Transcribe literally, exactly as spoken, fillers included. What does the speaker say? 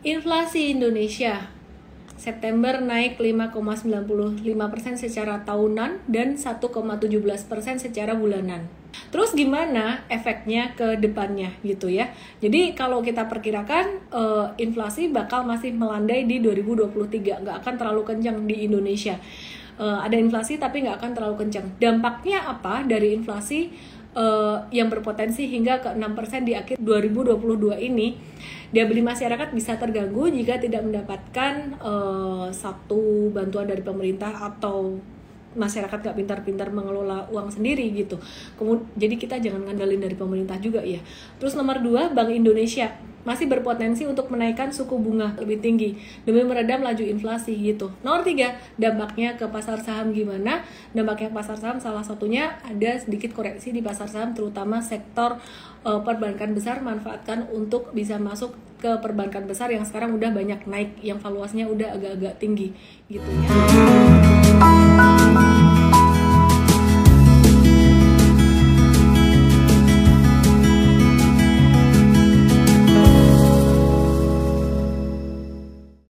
Inflasi Indonesia September naik lima koma sembilan lima persen secara tahunan dan satu koma satu tujuh persen secara bulanan. Terus gimana efeknya ke depannya gitu ya. Jadi kalau kita perkirakan uh, inflasi bakal masih melandai di dua ribu dua puluh tiga, nggak akan terlalu kencang di Indonesia. Uh, ada inflasi tapi nggak akan terlalu kencang. Dampaknya apa dari inflasi uh, yang berpotensi hingga ke enam persen di akhir dua ribu dua puluh dua ini? Daya beli masyarakat bisa terganggu jika tidak mendapatkan uh, satu bantuan dari pemerintah atau masyarakat gak pintar-pintar mengelola uang sendiri gitu. Kemudian, jadi kita jangan ngandalin dari pemerintah juga ya. Terus nomor dua, Bank Indonesia masih berpotensi untuk menaikkan suku bunga lebih tinggi demi meredam laju inflasi gitu. Nomor tiga, dampaknya ke pasar saham gimana? Dampaknya ke pasar saham salah satunya ada sedikit koreksi di pasar saham, terutama sektor uh, perbankan besar manfaatkan untuk bisa masuk ke perbankan besar yang sekarang udah banyak naik, yang valuasinya udah agak-agak tinggi gitu ya.